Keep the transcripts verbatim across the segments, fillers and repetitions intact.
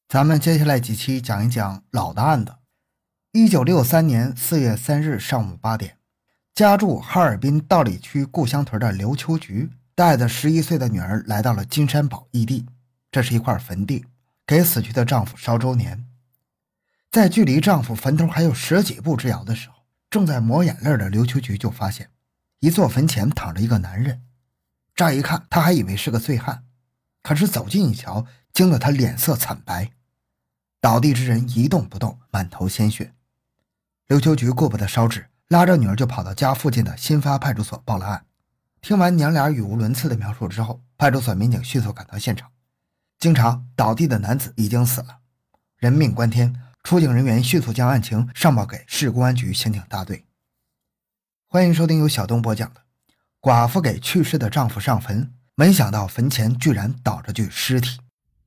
咱们接下来几期讲一讲老的案子。一九六三年四月三日上午八点，家住哈尔滨道里区故乡屯的刘秋菊带着十一岁的女儿来到了金山堡义地，这是一块坟地，给死去的丈夫烧周年。在距离丈夫坟头还有十几步之遥的时候，正在抹眼泪的刘秋菊就发现一座坟前躺着一个男人。乍一看她还以为是个醉汉，可是走近一瞧，惊得她脸色惨白。倒地之人一动不动，满头鲜血。刘秋菊顾不得烧纸，拉着女儿就跑到家附近的新发派出所报了案。听完娘俩语无伦次的描述之后，派出所民警迅速赶到现场。经查，倒地的男子已经死了，人命关天，出警人员迅速将案情上报给市公安局刑警大队。欢迎收听由小东播讲的寡妇给去世的丈夫上坟，没想到坟前居然倒着具尸体。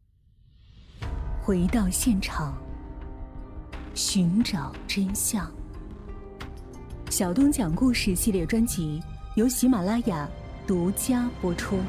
回到现场，寻找真相。小东讲故事系列专辑由喜马拉雅独家播出。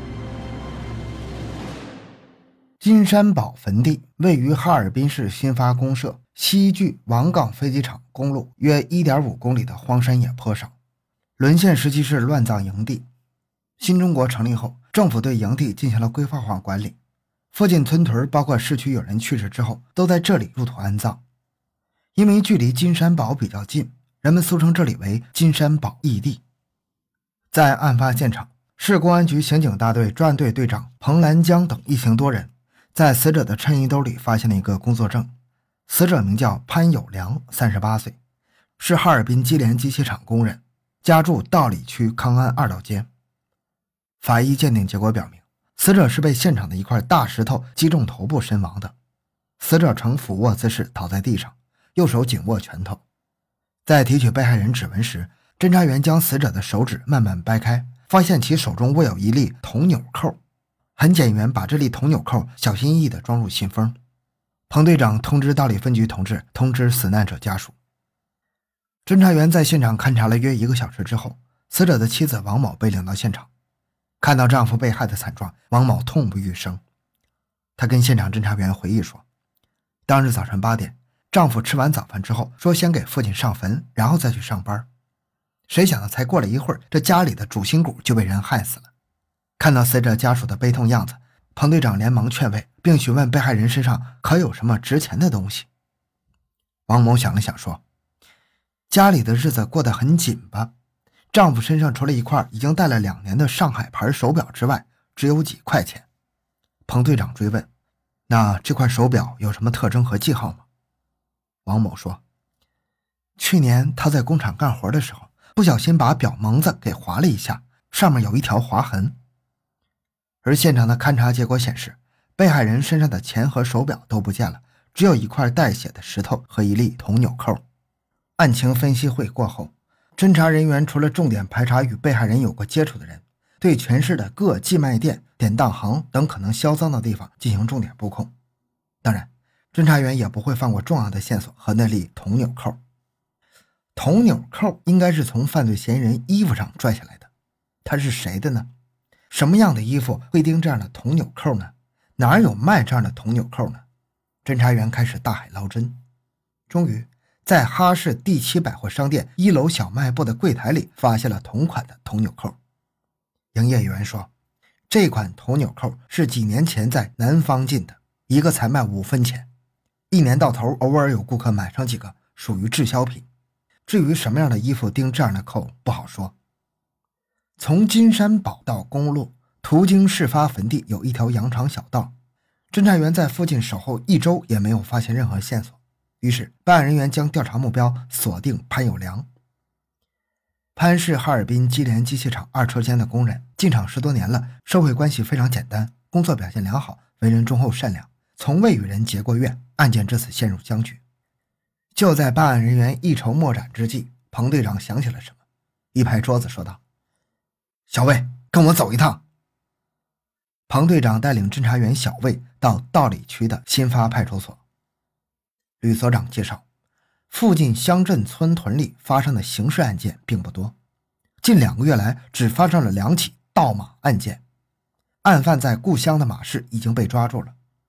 金山堡坟地位于哈尔滨市新发公社西距王岗飞机场公路约 一点五公里的荒山野坡上，沦陷时期是乱葬营地。新中国成立后，政府对营地进行了规划化管理，附近村屯包括市区有人去世之后都在这里入土安葬。因为距离金山堡比较近，人们俗称这里为金山堡义地。在案发现场，市公安局刑警大队专案队队长彭兰江等一行多人在死者的衬衣兜里发现了一个工作证，死者名叫潘友良，三十八岁，是哈尔滨机联机械厂工人，家住道里区康安二道街。法医鉴定结果表明，死者是被现场的一块大石头击中头部身亡的。死者呈俯卧姿势倒在地上，右手紧握拳头。在提取被害人指纹时，侦查员将死者的手指慢慢掰开，发现其手中握有一粒铜纽扣。痕检员把这粒铜纽扣小心翼翼地装入信封。彭队长通知道里分局同志通知死难者家属。侦查员在现场勘查了约一个小时之后，死者的妻子王某被领到现场。看到丈夫被害的惨状，王某痛不欲生。她跟现场侦查员回忆说，当日早晨八点，丈夫吃完早饭之后说先给父亲上坟，然后再去上班。谁想到才过了一会儿，这家里的主心骨就被人害死了。看到死者家属的悲痛样子，彭队长连忙劝慰，并询问被害人身上可有什么值钱的东西。王某想了想说，家里的日子过得很紧吧，丈夫身上除了一块已经戴了两年的上海牌手表之外，只有几块钱。彭队长追问，那这块手表有什么特征和记号吗？王某说，去年他在工厂干活的时候，不小心把表蒙子给划了一下，上面有一条划痕。而现场的勘查结果显示，被害人身上的钱和手表都不见了，只有一块带血的石头和一粒铜纽扣。案情分析会过后，侦查人员除了重点排查与被害人有过接触的人，对全市的各寄卖店、典当行等可能销赃的地方进行重点布控。当然，侦查员也不会放过重要的线索和那粒铜纽扣。铜纽扣应该是从犯罪嫌疑人衣服上拽下来的，它是谁的呢？什么样的衣服会钉这样的铜纽扣呢？哪儿有卖这样的铜纽扣呢？侦查员开始大海捞针。终于在哈市第七百货商店一楼小卖部的柜台里发现了同款的铜纽扣。营业员说，这款铜纽扣是几年前在南方进的，一个才卖五分钱，一年到头偶尔有顾客买上几个，属于滞销品。至于什么样的衣服钉这样的扣不好说。从金山堡到公路途经事发坟地有一条羊肠小道，侦查员在附近守候一周也没有发现任何线索，于是办案人员将调查目标锁定潘友良。潘是哈尔滨机联机械厂二车间的工人，进厂十多年了，社会关系非常简单，工作表现良好，为人忠厚善良，从未与人结过怨，案件至此陷入僵局。就在办案人员一筹莫展之际，彭队长想起了什么，一拍桌子说道，小魏，跟我走一趟。彭队长带领侦查员小魏到道里区的新发派出所。吕所长介绍，附近乡镇村屯里发生的刑事案件并不多，近两个月来只发生了两起盗马案件，案犯在故乡的马市已经被抓住了。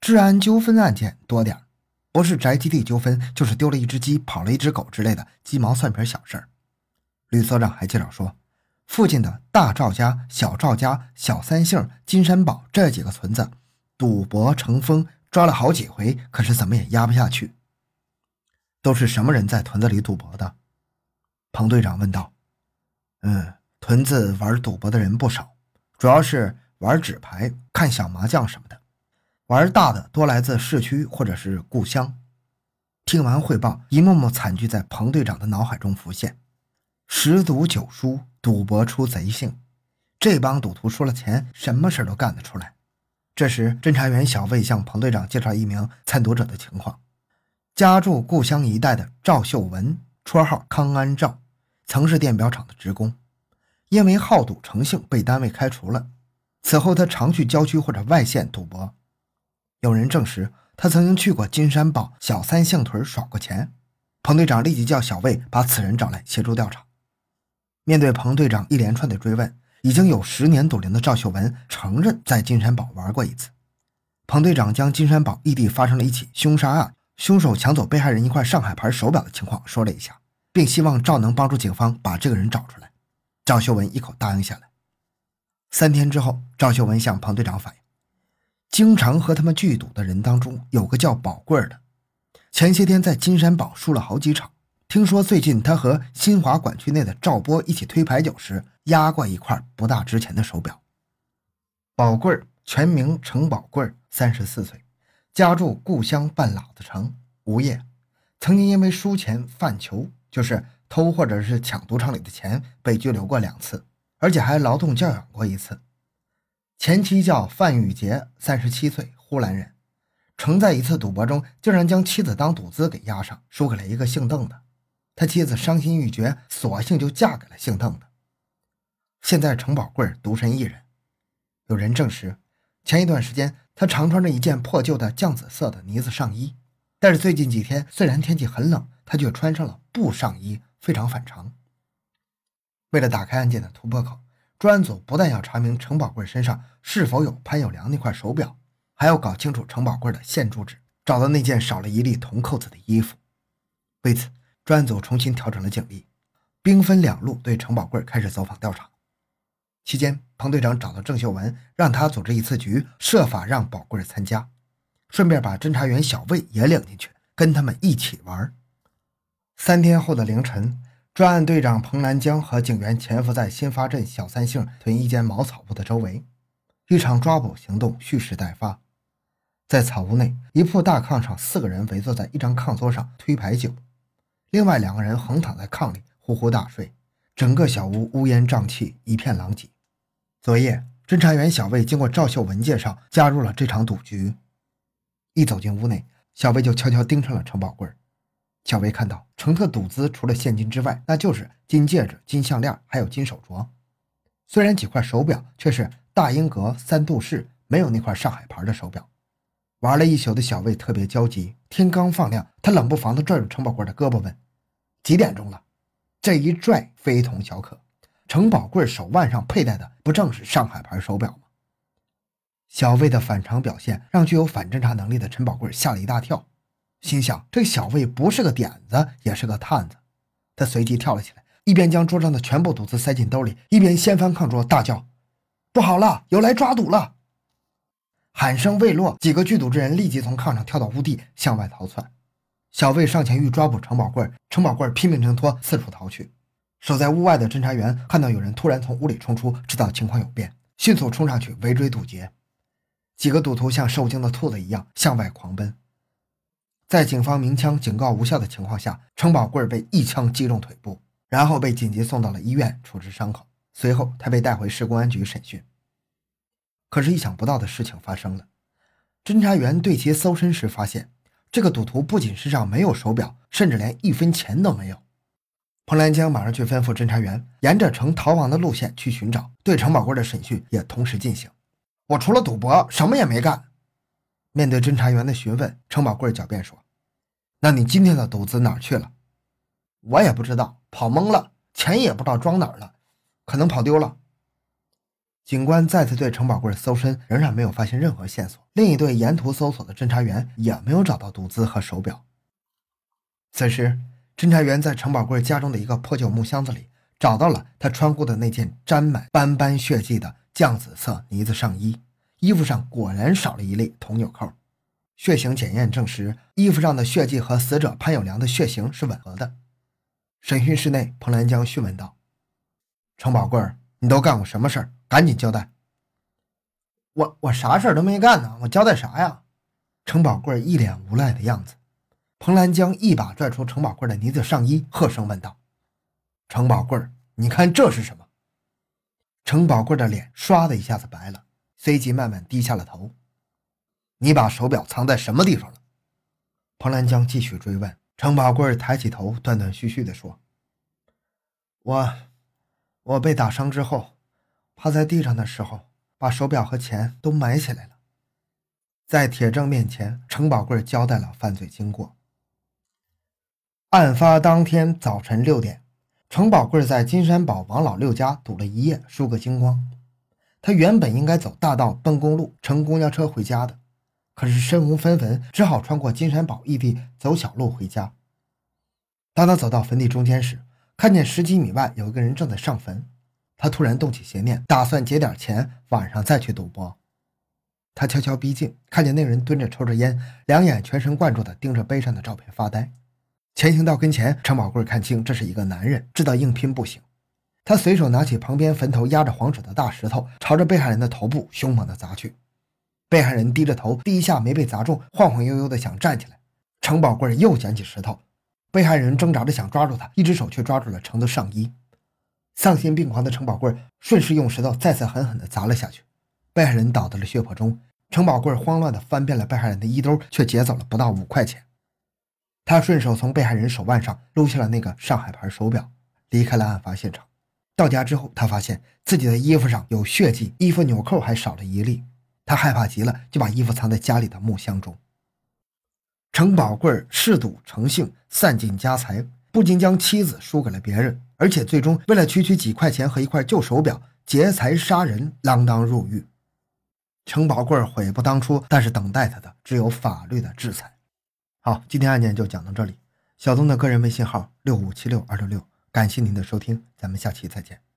治安纠纷案件多点，不是宅基地纠纷，就是丢了一只鸡、跑了一只狗之类的鸡毛蒜皮小事儿。吕所长还介绍说，附近的大赵家、小赵家、小三姓、金山堡这几个村子赌博成风，抓了好几回，可是怎么也压不下去。都是什么人在屯子里赌博的？彭队长问道。嗯，屯子玩赌博的人不少，主要是玩纸牌、看小麻将什么的。玩大的多来自市区或者是故乡。听完汇报，一幕幕惨剧在彭队长的脑海中浮现。十赌九输，赌博出贼性。这帮赌徒输了钱，什么事都干得出来。这时侦查员小魏向彭队长介绍一名参赌者的情况。家住故乡一带的赵秀文，绰号康安赵，曾是电表厂的职工，因为好赌成性被单位开除了。此后他常去郊区或者外县赌博。有人证实他曾经去过金山堡、小三姓屯耍过钱。彭队长立即叫小魏把此人找来协助调查。面对彭队长一连串的追问，已经有十年赌龄的赵秀文承认在金山堡玩过一次。彭队长将金山堡异地发生了一起凶杀案，凶手抢走被害人一块上海牌手表的情况说了一下，并希望赵能帮助警方把这个人找出来。赵秀文一口答应下来。三天之后，赵秀文向彭队长反映，经常和他们聚赌的人当中有个叫宝贵的，前些天在金山堡输了好几场，听说最近他和新华管区内的赵波一起推牌九时压过一块不大值钱的手表。宝贵全名程宝贵，三十四岁，家住故乡半喇子城，无业，曾经因为输钱犯囚，就是偷或者是抢赌场里的钱，被拘留过两次，而且还劳动教养过一次。前妻叫范玉杰，三十七岁，呼兰人，曾在一次赌博中竟然将妻子当赌资给押上，输给了一个姓邓的。他妻子伤心欲绝，索性就嫁给了姓邓的。现在程宝贵独身一人。有人证实，前一段时间他常穿着一件破旧的酱紫色的呢子上衣，但是最近几天虽然天气很冷，他却穿上了布上衣，非常反常。为了打开案件的突破口，专案组不但要查明程宝贵身上是否有潘有良那块手表，还要搞清楚程宝贵的现住址，找到那件少了一粒铜扣子的衣服。为此，专案组重新调整了警力，兵分两路对程宝贵开始走访调查。期间，彭队长找到郑秀文，让他组织一次局，设法让宝贵参加，顺便把侦查员小魏也领进去，跟他们一起玩。三天后的凌晨，专案队长彭南江和警员潜伏在新发镇小三姓屯一间茅草屋的周围，一场抓捕行动蓄势待发。在草屋内，一铺大炕上，四个人围坐在一张炕桌上推牌九，另外两个人横躺在炕里呼呼大睡，整个小屋乌烟瘴气，一片狼藉。昨夜，侦查员小魏经过赵秀文介绍，加入了这场赌局。一走进屋内，小魏就悄悄盯上了程宝贵。小魏看到程特赌资除了现金之外，那就是金戒指、金项链还有金手镯，虽然几块手表却是大英格、三度式，没有那块上海牌的手表。玩了一宿的小魏特别焦急，天刚放亮，他冷不防地拽住程宝贵的胳膊问，几点钟了？这一拽非同小可，程宝贵手腕上佩戴的不正是上海牌手表吗？小魏的反常表现让具有反侦查能力的陈宝贵吓了一大跳，心想这个小魏不是个点子，也是个探子。他随即跳了起来，一边将桌上的全部赌资塞进兜里，一边掀翻炕桌大叫，不好了，有来抓赌了！喊声未落，几个聚赌之人立即从炕上跳到屋地向外逃窜。小魏上前欲抓捕程宝贵，程宝贵拼命挣脱，四处逃去。守在屋外的侦查员看到有人突然从屋里冲出，知道情况有变，迅速冲上去围追堵截。几个赌徒像受惊的兔子一样向外狂奔。在警方鸣枪警告无效的情况下，程宝贵被一枪击中腿部，然后被紧急送到了医院处置伤口，随后他被带回市公安局审讯。可是意想不到的事情发生了，侦查员对其搜身时发现，这个赌徒不仅身上没有手表，甚至连一分钱都没有。彭兰江马上去吩咐侦查员沿着程逃亡的路线去寻找，对程宝贵的审讯也同时进行。我除了赌博什么也没干。面对侦查员的询问，程宝贵狡辩说，那你今天的赌资哪儿去了？我也不知道，跑懵了，钱也不知道装哪儿了，可能跑丢了。 警官再次对程宝贵搜身，仍然没有发现任何线索。另一队沿途搜索的侦查员也没有找到赌资和手表。此时，侦查员在程宝贵家中的一个破旧木箱子里找到了他穿过的那件沾满斑斑血迹的酱紫色呢子上衣，衣服上果然少了一粒铜纽扣。血型检验证实，衣服上的血迹和死者潘有良的血型是吻合的。审讯室内，彭兰江讯问道：“程宝贵，你都干过什么事儿？赶紧交代。”我我啥事儿都没干呢，我交代啥呀？程宝贵一脸无赖的样子。彭兰江一把拽出程宝贵的呢子上衣，喝声问道：“程宝贵，你看这是什么？”程宝贵的脸唰的一下子白了，随即慢慢低下了头。“你把手表藏在什么地方了？”彭兰江继续追问。程宝贵抬起头，断断续续地说：“我我被打伤之后，趴在地上的时候，把手表和钱都埋起来了。”在铁证面前，程宝贵交代了犯罪经过。案发当天早晨六点，程宝贵在金山堡王老六家赌了一夜，输个精光。他原本应该走大道奔公路乘公交车回家的，可是身无分文，只好穿过金山堡异地走小路回家。当他走到坟地中间时，看见十几米外有一个人正在上坟。他突然动起邪念，打算劫点钱，晚上再去赌博。他悄悄逼近，看见那个人蹲着抽着烟，两眼全神贯注地盯着碑上的照片发呆。前行到跟前，程宝贵看清这是一个男人，知道硬拼不行。他随手拿起旁边坟头压着黄纸的大石头，朝着被害人的头部凶猛地砸去。被害人低着头，第一下没被砸中，晃晃悠悠地想站起来。程宝贵又捡起石头，被害人挣扎着想抓住他，一只手却抓住了程的上衣。丧心病狂的程宝贵顺势用石头再次狠狠地砸了下去，被害人倒在了血泊中。程宝贵慌乱地翻遍了被害人的衣兜，却劫走了不到五块钱。他顺手从被害人手腕上撸下了那个上海牌手表，离开了案发现场。到家之后，他发现自己的衣服上有血迹，衣服纽扣还少了一粒。他害怕极了，就把衣服藏在家里的木箱中。程宝贵嗜赌成性，散尽家财，不仅将妻子输给了别人，而且最终为了区区几块钱和一块旧手表，劫财杀人，锒铛入狱。程宝贵悔不当初，但是等待他的只有法律的制裁。好，今天案件就讲到这里。小东的个人微信号六五七六二六六，感谢您的收听，咱们下期再见。